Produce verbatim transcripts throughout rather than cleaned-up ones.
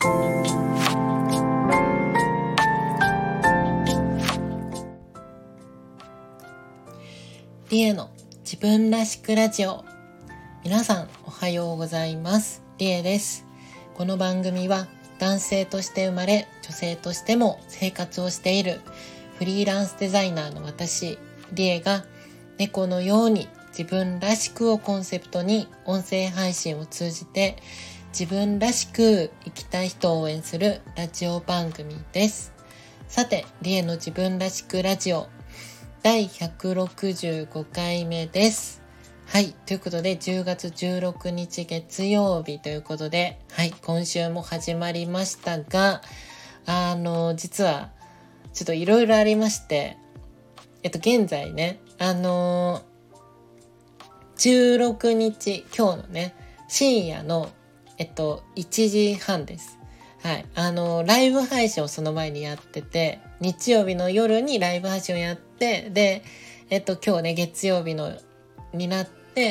リエの自分らしくラジオ。皆さんおはようございます。リエです。この番組は男性として生まれ、女性としても生活をしているフリーランスデザイナーの私、リエが猫のように自分らしくをコンセプトに音声配信を通じて自分らしく生きたい人を応援するラジオ番組です。さて、リエの自分らしくラジオだいひゃくろくじゅうごかいめです。はい。ということで、じゅうがつじゅうろくにち月曜日ということで、はい。今週も始まりましたが、あの、実は、ちょっといろいろありまして、えっと、現在ね、あの、じゅうろくにち、今日のね、深夜の、えっと、いちじはんです。はい。あの、ライブ配信をその前にやってて、日曜日の夜にライブ配信をやって、で、えっと、今日ね、月曜日の、になって、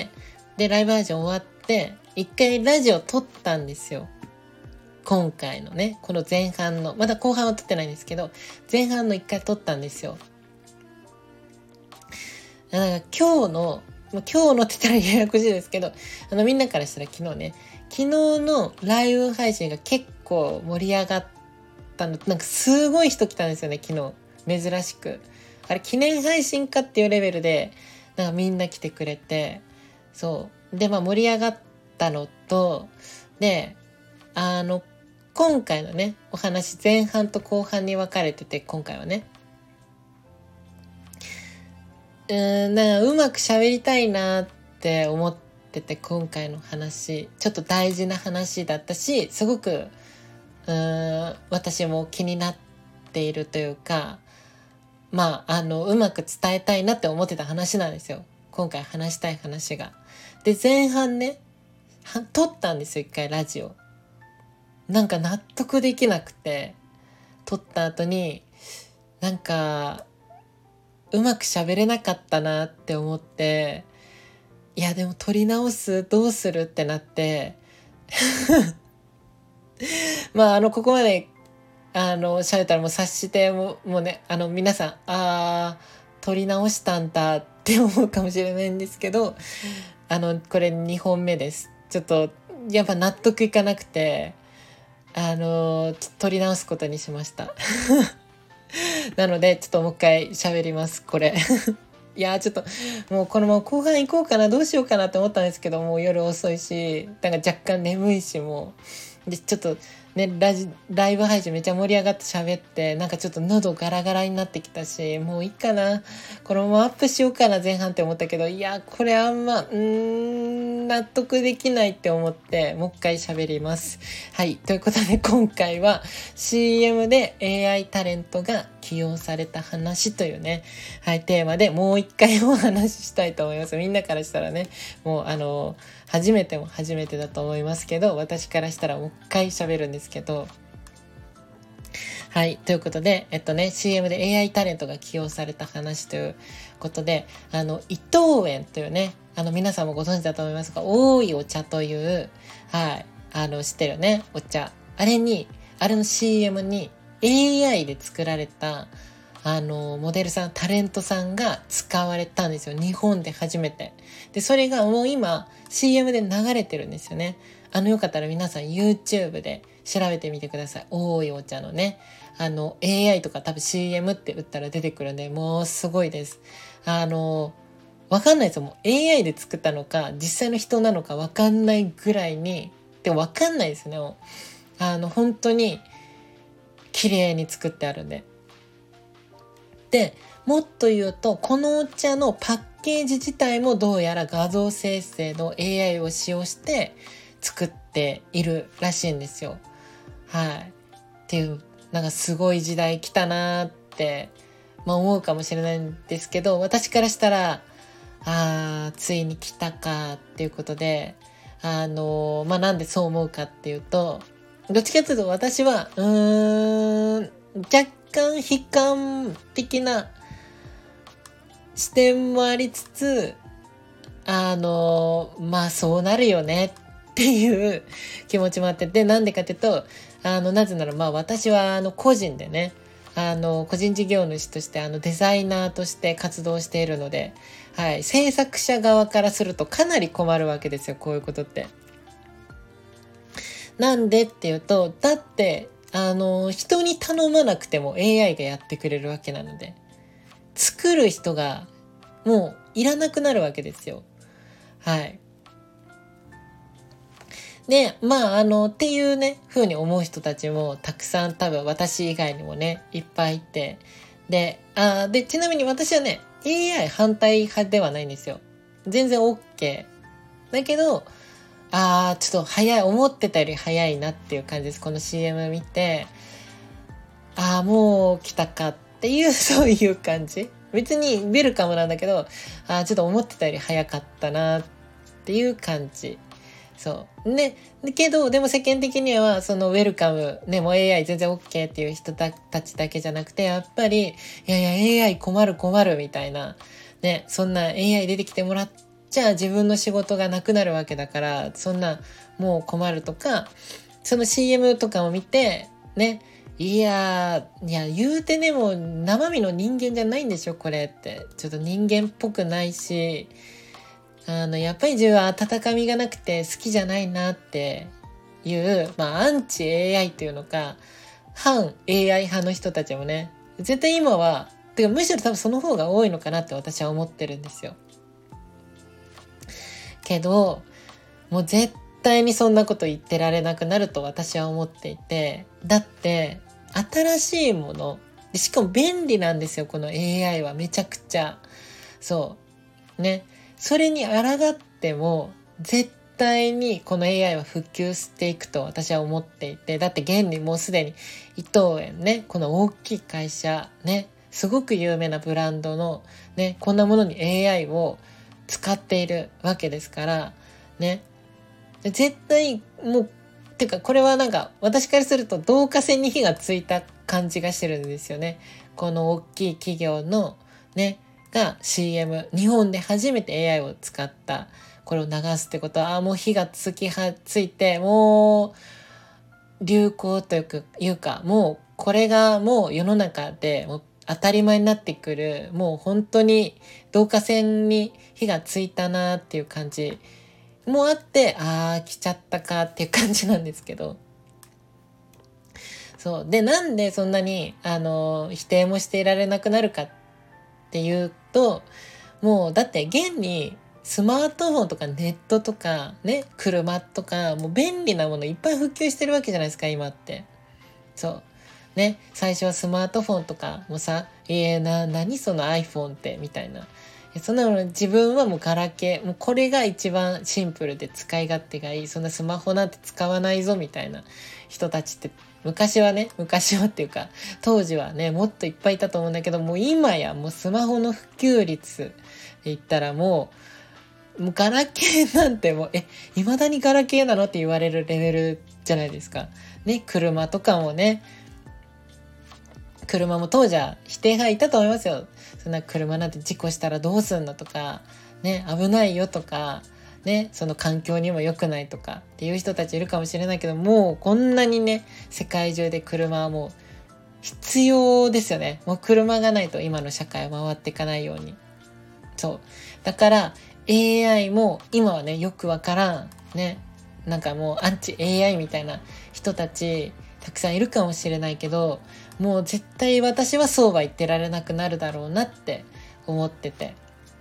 で、ライブ配信終わって、一回ラジオ撮ったんですよ。今回のね、この前半の、まだ後半は撮ってないんですけど、前半の一回撮ったんですよ。だから今日の、今日のって言ったらややこしいですけど、あの、みんなからしたら昨日ね、昨日のライブ配信が結構盛り上がったの、なんかすごい人来たんですよね、昨日。珍しく。あれ、記念配信かっていうレベルで、なんかみんな来てくれて、そう。で、まあ盛り上がったのと、で、あの、今回のね、お話、前半と後半に分かれてて、今回はね。うーん、なんかうまく喋りたいなって思ってて、今回の話、ちょっと大事な話だったし、すごく、うーん、私も気になっているというか、まあ、あの、うまく伝えたいなって思ってた話なんですよ。今回話したい話が。で、前半ね、撮ったんですよ、一回ラジオ。なんか納得できなくて、撮った後に、なんか、うまく喋れなかったなって思って、いやでも撮り直す、どうするってなって、まあ、あの、ここまで、あの、喋ったらもう察しても、もうね、あの、皆さん、あー、撮り直したんだって思うかもしれないんですけど、あの、これにほんめです。ちょっと、やっぱ納得いかなくて、あの、撮り直すことにしました。なので、ちょっともう一回喋ります、これ。いやーちょっと、もうこのまま後半行こうかな、どうしようかなって思ったんですけど、もう夜遅いし、なんか若干眠いし、もう。で、ちょっとね、ラジ、ライブ配信めっちゃ盛り上がって喋って、なんかちょっと喉ガラガラになってきたし、もういいかな。このままアップしようかな、前半って思ったけど、いや、これあんま、うーん、納得できないって思って、もう一回喋ります。はい。ということで、今回は シーエム で エーアイ タレントが起用された話というね、はい、テーマでもう一回お話ししたいと思います。みんなからしたらね、もうあの、初めても初めてだと思いますけど、私からしたらもう一回喋るんですけど、はい。ということで、えっとね、シーエム で エーアイ タレントが起用された話ということで、あの、伊藤園というね、あの、皆さんもご存知だと思いますが、多いお茶という、はい、あの、知ってるね、お茶。あれに、あれの シーエム に エーアイ で作られた、あの、モデルさん、タレントさんが使われたんですよ。日本で初めて。で、それがもう今、シーエム で流れてるんですよね。あの、よかったら皆さん YouTube で調べてみてください。多いお茶のね。あの、エーアイ とか多分 シーエム って打ったら出てくるんで、もうすごいです。あの、わかんないですよ。もう エーアイ で作ったのか、実際の人なのかわかんないぐらいに、でもわかんないですね。もうあの、本当に綺麗に作ってあるんで。で、もっと言うと、このお茶のパッケージ自体もどうやら画像生成の エーアイ を使用して作っているらしいんですよ。はい。っていう、なんかすごい時代来たなーって、まあ、思うかもしれないんですけど、私からしたら、あー、ついに来たかっていうことで、あのー、まあ、なんでそう思うかっていうと、どっちかというと私は、うーん、若干悲観的な視点もありつつ、あの、まあそうなるよねっていう気持ちもあって、で、なんでかっていうと、 あのなぜならまあ私はあの個人でね、あの個人事業主としてあのデザイナーとして活動しているので、はい、制作者側からするとかなり困るわけですよ、こういうことって。なんでっていうと、だってあの人に頼まなくても エーアイ がやってくれるわけなので、作る人がもういらなくなるわけですよ。はい。で、まあ、あの、っていうね、風に思う人たちもたくさん多分私以外にもね、いっぱいいて。で、あで、ちなみに私はね、エーアイ 反対派ではないんですよ。全然 OK。だけど、ああ、ちょっと早い、思ってたより早いなっていう感じです。この シーエム 見て、ああ、もう来たかっていう、そういう感じ。別にウェルカムなんだけど、ああ、ちょっと思ってたより早かったなっていう感じ。そうね。けど、でも世間的には、そのウェルカム、ね、もう エーアイ 全然 OK っていう人たちだけじゃなくて、やっぱり、いやいや エーアイ 困る困るみたいな、ね、そんな エーアイ 出てきてもらっちゃ自分の仕事がなくなるわけだから、そんなもう困るとか、その シーエム とかを見て、ね、いやいや、言うてね、もう生身の人間じゃないんでしょ、これって。ちょっと人間っぽくないし、あの、やっぱり自分は温かみがなくて好きじゃないなっていう、まあ、アンチ エーアイ っていうのか、反 エーアイ 派の人たちもね、絶対今は、てかむしろ多分その方が多いのかなって私は思ってるんですよ。けど、もう絶対にそんなこと言ってられなくなると私は思っていて、だって、新しいもの、しかも便利なんですよ、この エーアイ はめちゃくちゃ。そう。ね。それに抗っても絶対にこの エーアイ は普及していくと私は思っていて、だって現にもうすでに伊藤園ね、この大きい会社ね、すごく有名なブランドのね、こんなものに エーアイ を使っているわけですからね、絶対もうてかこれはなんか私からすると導火線に火がついた感じがしてるんですよね。この大きい企業のねが シーエム、 日本で初めて エーアイ を使ったこれを流すってことは、あもう火がつきはついて、もう流行というか、もうこれがもう世の中でもう当たり前になってくる、もう本当に導火線に火がついたなっていう感じもあって、ああ来ちゃったかっていう感じなんですけど、そうで、なんでそんなにあの否定もしていられなくなるかっていうと、もうだって現にスマートフォンとかネットとかね、車とかもう便利なものいっぱい普及してるわけじゃないですか、今って。そうね、最初はスマートフォンとかもさ、えー、な何その iPhone ってみたいな、そんなの自分はもうガラケー、もうこれが一番シンプルで使い勝手がいい、そんなスマホなんて使わないぞみたいな人たちって昔はね、昔はっていうか当時はねもっといっぱいいたと思うんだけど、もう今やもうスマホの普及率で言ったらもうもうガラケーなんてもうえ未だにガラケーなのって言われるレベルじゃないですかね。車とかもね、車も当時は否定がいたと思いますよ。そんな車なんて事故したらどうすんのとかね、危ないよとかね、その環境にも良くないとかっていう人たちいるかもしれないけど、もうこんなにね世界中で車はもう必要ですよね。もう車がないと今の社会は回っていかないように。そうだから エーアイ も今はねよくわからんね、なんかもうアンチ エーアイ みたいな人たちたくさんいるかもしれないけど、もう絶対私はそうは言ってられなくなるだろうなって思ってて、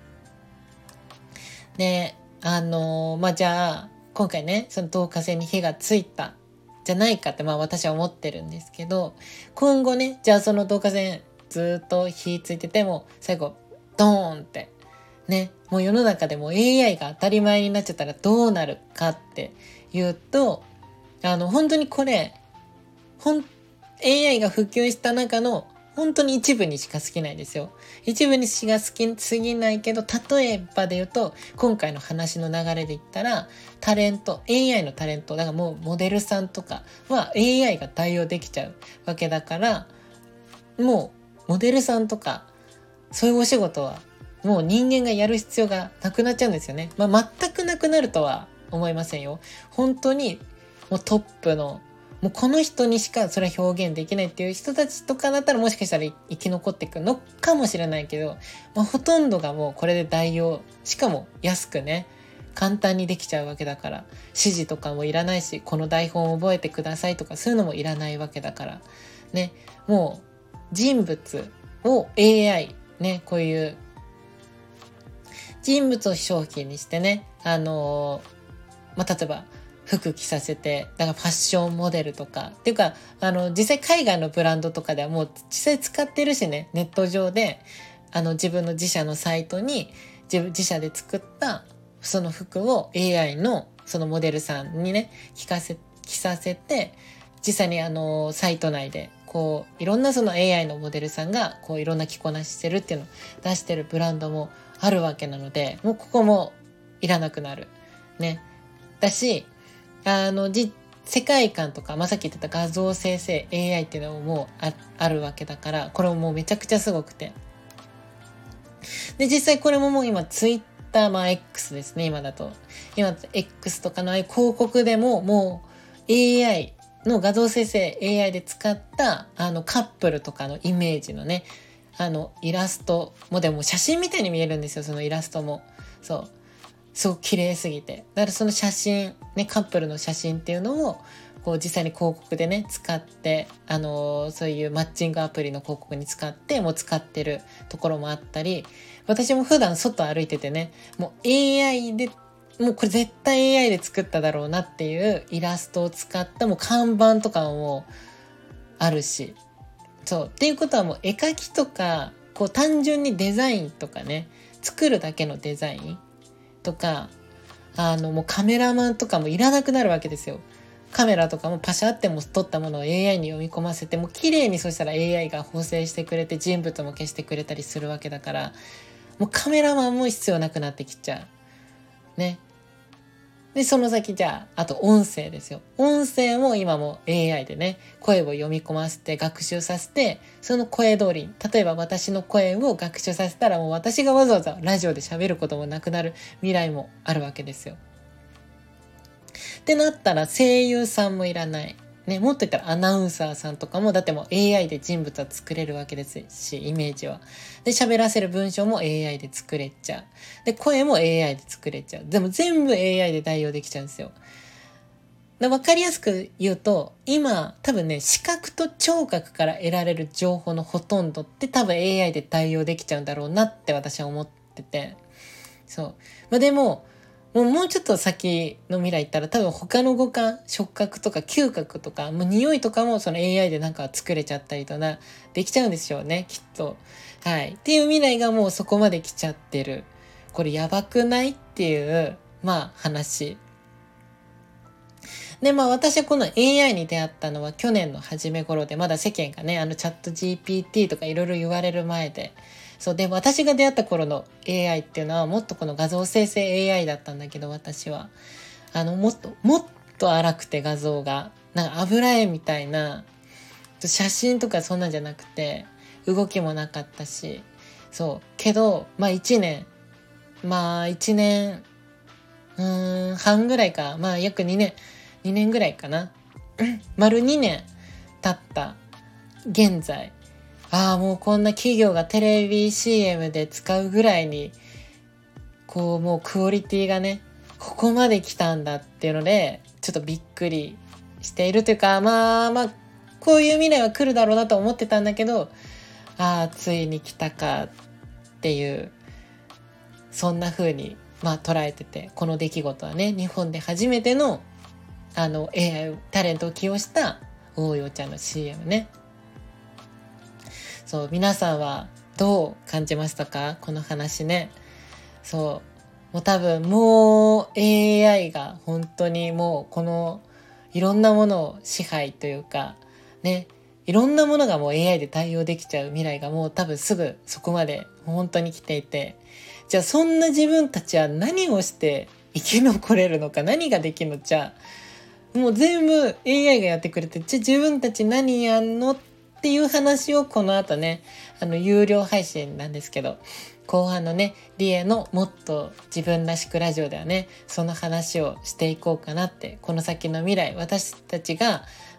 であのー、まあじゃあ今回ねその導火線に火がついたじゃないかってまあ私は思ってるんですけど、今後ねじゃあその導火線ずっと火ついてても最後ドーンってね、もう世の中でも エーアイ が当たり前になっちゃったらどうなるかっていうと、あの本当にこれほん エーアイ が普及した中の本当に一部にしか過ぎないですよ。一部にしか過ぎないけど、例えばで言うと今回の話の流れで言ったらタレント エーアイ のタレントだからもうモデルさんとかは エーアイ が対応できちゃうわけだから、もうモデルさんとかそういうお仕事はもう人間がやる必要がなくなっちゃうんですよね。まあ全くなくなるとは思いませんよ。本当にもうトップのもうこの人にしかそれは表現できないっていう人たちとかだったらもしかしたら生き残っていくのかもしれないけど、まあ、ほとんどがもうこれで代用、しかも安くね簡単にできちゃうわけだから、指示とかもいらないし、この台本を覚えてくださいとかそういうのもいらないわけだからね。もう人物を エーアイ ね、こういう人物を商品にしてね、あのー、まあ、例えば服着させて、だからファッションモデルとかっていうか、あの実際海外のブランドとかではもう実際使ってるしね、ネット上であの自分の自社のサイトに自分自社で作ったその服を エーアイ のそのモデルさんにね着かせ着させて、実際にあのサイト内でこういろんなその エーアイ のモデルさんがこういろんな着こなししてるっていうのを出してるブランドもあるわけなので、もうここもいらなくなるね。だし、あのじ世界観とか、まあ、さっき言ってた画像生成 エーアイ っていうのももう あ, あるわけだから、これももうめちゃくちゃすごくて、で実際これももう今ツイッター、まあ X ですね、今だと今 X とかの広告でももう エーアイ の画像生成 エーアイ で使ったあのカップルとかのイメージのね、あのイラストもでも写真みたいに見えるんですよ、そのイラストも。そうすごく綺麗すぎて、だからその写真ね、カップルの写真っていうのをこう実際に広告でね使って、あのー、そういうマッチングアプリの広告に使ってもう使ってるところもあったり、私も普段外歩いててね、もう エーアイ でもうこれ絶対 エーアイ で作っただろうなっていうイラストを使ったもう看板とかもあるし、そうっていうことはもう絵描きとかこう単純にデザインとかね、作るだけのデザインとか、あのもうカメラマンとかもいらなくなるわけですよ。カメラとかもパシャっても撮ったものを エーアイ に読み込ませて、もう綺麗にそしたら エーアイ が補正してくれて人物も消してくれたりするわけだから、もうカメラマンも必要なくなってきちゃうね。でその先、じゃああと音声ですよ。音声も今も エーアイ でね声を読み込ませて学習させて、その声通り、例えば私の声を学習させたらもう私がわざわざラジオで喋ることもなくなる未来もあるわけですよ。ってなったら声優さんもいらないね、もっと言ったらアナウンサーさんとかも、だってもう エーアイ で人物は作れるわけですし、イメージは。で、喋らせる文章も エーアイ で作れちゃう。で、声も エーアイ で作れちゃう。でも全部 エーアイ で代用できちゃうんですよ。で、わかりやすく言うと、今多分ね、視覚と聴覚から得られる情報のほとんどって多分 エーアイ で代用できちゃうんだろうなって私は思ってて。そう。まあ、でも、もうもうちょっと先の未来行ったら多分他の五感、触覚とか嗅覚とかもう匂いとかもその エーアイ でなんか作れちゃったりとかできちゃうんでしょうね、きっと。はい。っていう未来がもうそこまで来ちゃってる。これやばくないっていうまあ話。でまあ私はこの エーアイ に出会ったのは去年の初め頃で、まだ世間がねあのチャット ジーピーティー とかいろいろ言われる前で。そうで私が出会った頃の エーアイ っていうのはもっとこの画像生成 エーアイ だったんだけど、私はあのもっともっと荒くて、画像がなんか油絵みたいな、写真とかそんなんじゃなくて動きもなかったし、そうけどまあいちねんまあいちねんうーん半ぐらいか、まあ約にねんにねんぐらいかな丸にねん経った現在、ああもうこんな企業がテレビ シーエム で使うぐらいにこうもうクオリティがねここまで来たんだっていうのでちょっとびっくりしているというか、まあまあこういう未来は来るだろうなと思ってたんだけど、ああついに来たかっていう、そんな風にまあ捉えてて、この出来事はね日本で初めてのあの エーアイ タレントを起用したおーよちゃんの シーエム ね。そう皆さんはどう感じましたか、この話ね。そうもう多分もう エーアイ が本当にもうこのいろんなものを支配というかね、いろんなものがもう エーアイ で対応できちゃう未来がもう多分すぐそこまで本当に来ていて、じゃあそんな自分たちは何をして生き残れるのか、何ができるの、じゃあもう全部 エーアイ がやってくれて、じゃあ自分たち何やんのっていう話をこの後ね、あの有料配信なんですけど後半のねリエのもっと自分らしくラジオではねその話をしていこうかなって、この先の未来私たちが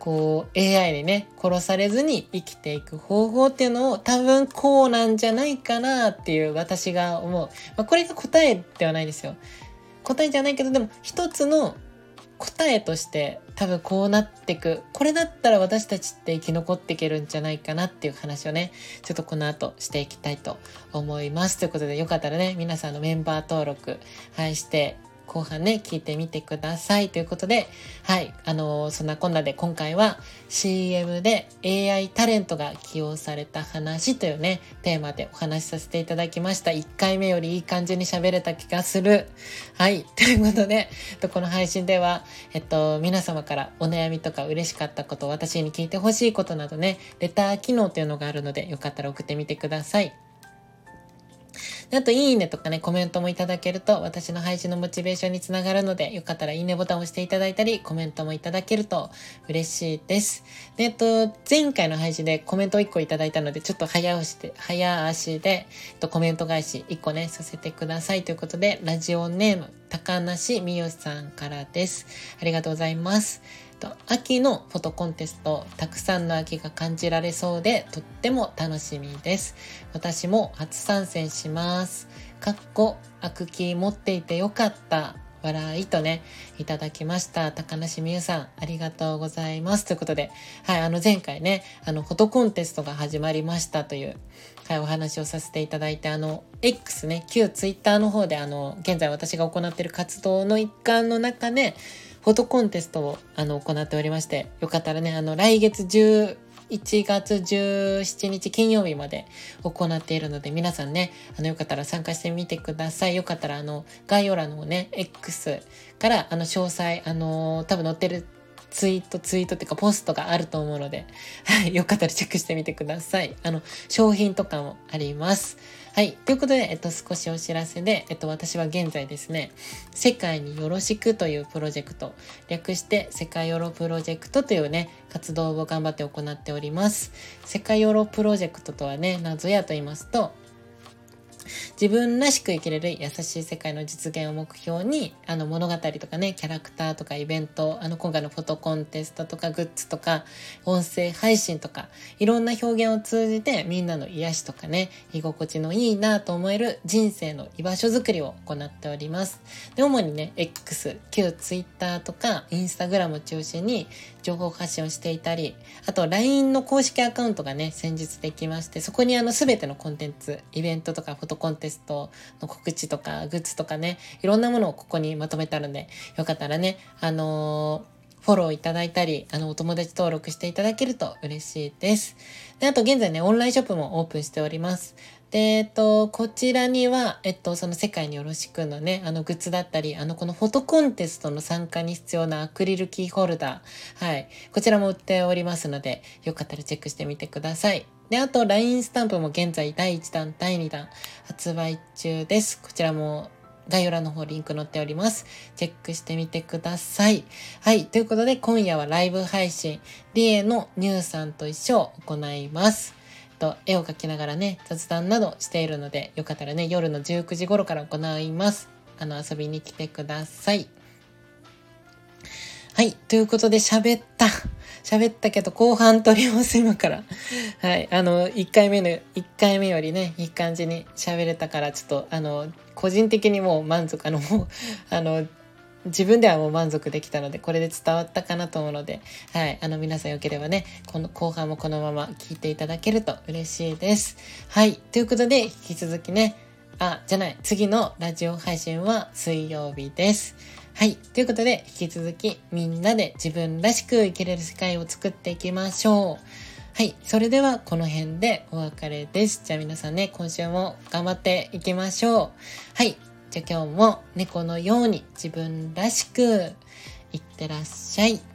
こう エーアイ にね殺されずに生きていく方法っていうのを多分こうなんじゃないかなっていう私が思う、まあ、これが答えではないですよ。答えじゃないけど、でも一つの答えとして多分こうなってく、これだったら私たちって生き残っていけるんじゃないかなっていう話をねちょっとこの後していきたいと思います。ということでよかったらね皆さんのメンバー登録、はい、して後半ね聞いてみてくださいということで、はいあのー、そんなこんなで今回は シーエム で エーアイ タレントが起用された話というねテーマでお話しさせていただきました。いっかいめよりいい感じに喋れた気がする。はいということでこの配信ではえっと皆様からお悩みとか嬉しかったこと、私に聞いてほしいことなどねレター機能というのがあるのでよかったら送ってみてください。あといいねとかねコメントもいただけると私の配信のモチベーションにつながるので、よかったらいいねボタンを押していただいたりコメントもいただけると嬉しいです。でえっと前回の配信でコメントをいっこいただいたのでちょっと早押しで早足で、えっと、コメント返しいっこねさせてくださいということで、ラジオネーム高梨美代さんからです。ありがとうございます。秋のフォトコンテスト、たくさんの秋が感じられそうでとっても楽しみです。私も初参戦します。かっこ秋気持っていてよかった笑いとねいただきました。高梨美優さんありがとうございますということで、はいあの前回ねあのフォトコンテストが始まりましたという、はい、お話をさせていただいて、あの X ね旧ツイッターの方であの現在私が行っている活動の一環の中でフォトコンテストをあの行っておりまして、よかったらねあの来月じゅういちがつじゅうしちにち金曜日まで行っているので、皆さんねあのよかったら参加してみてください。よかったらあの概要欄のね X からあの詳細あの多分載ってるツイートツイートっていうかポストがあると思うので、はい、よかったらチェックしてみてください。あの商品とかもあります。はい。ということで、えっと、少しお知らせで、えっと、私は現在ですね、世界によろしくというプロジェクト、略して世界ヨロプロジェクトというね、活動を頑張って行っております。世界ヨロプロジェクトとはね、なぞやと言いますと、自分らしく生きれる優しい世界の実現を目標にあの物語とかねキャラクターとかイベント、あの今回のフォトコンテストとかグッズとか音声配信とかいろんな表現を通じてみんなの癒しとかね居心地のいいなと思える人生の居場所づくりを行っております。で主にね X 旧 Twitter とか Instagram を中心に情報発信をしていたり、あと ライン の公式アカウントがね先日できまして、そこにあの全てのコンテンツイベントとかフォトコンテストの告知とかグッズとかねいろんなものをここにまとめてあるので、よかったらねあのー、フォローいただいたりあのお友達登録していただけると嬉しいです。であと現在ねオンラインショップもオープンしております。でえっとこちらにはえっとその世界によろしくのねあのグッズだったり、あのこのフォトコンテストの参加に必要なアクリルキーホルダー、はいこちらも売っておりますので、よかったらチェックしてみてください。であと ライン スタンプも現在だいいちだんだいにだん発売中です。こちらも概要欄の方リンク載っております。チェックしてみてください。はい。ということで今夜はライブ配信リエのニューさんと一緒を行います。と絵を描きながらね雑談などしているので、よかったらね夜のじゅうくじ頃から行います。あの遊びに来てください。はい。ということで喋った。喋ったけど後半取ります今から。はい。あの、いっかいめの、いっかいめよりね、いい感じに喋れたから、ちょっと、あの、個人的にもう満足、あの、もう、あの、自分ではもう満足できたので、これで伝わったかなと思うので、はい。あの、皆さんよければね、この後半もこのまま聞いていただけると嬉しいです。はい。ということで、引き続きね、あ、じゃない、次のラジオ配信は水曜日です。はい。ということで、引き続きみんなで自分らしく生きれる世界を作っていきましょう。はい。それではこの辺でお別れです。じゃあ皆さんね、今週も頑張っていきましょう。はい。じゃあ今日も猫のように自分らしくいってらっしゃい。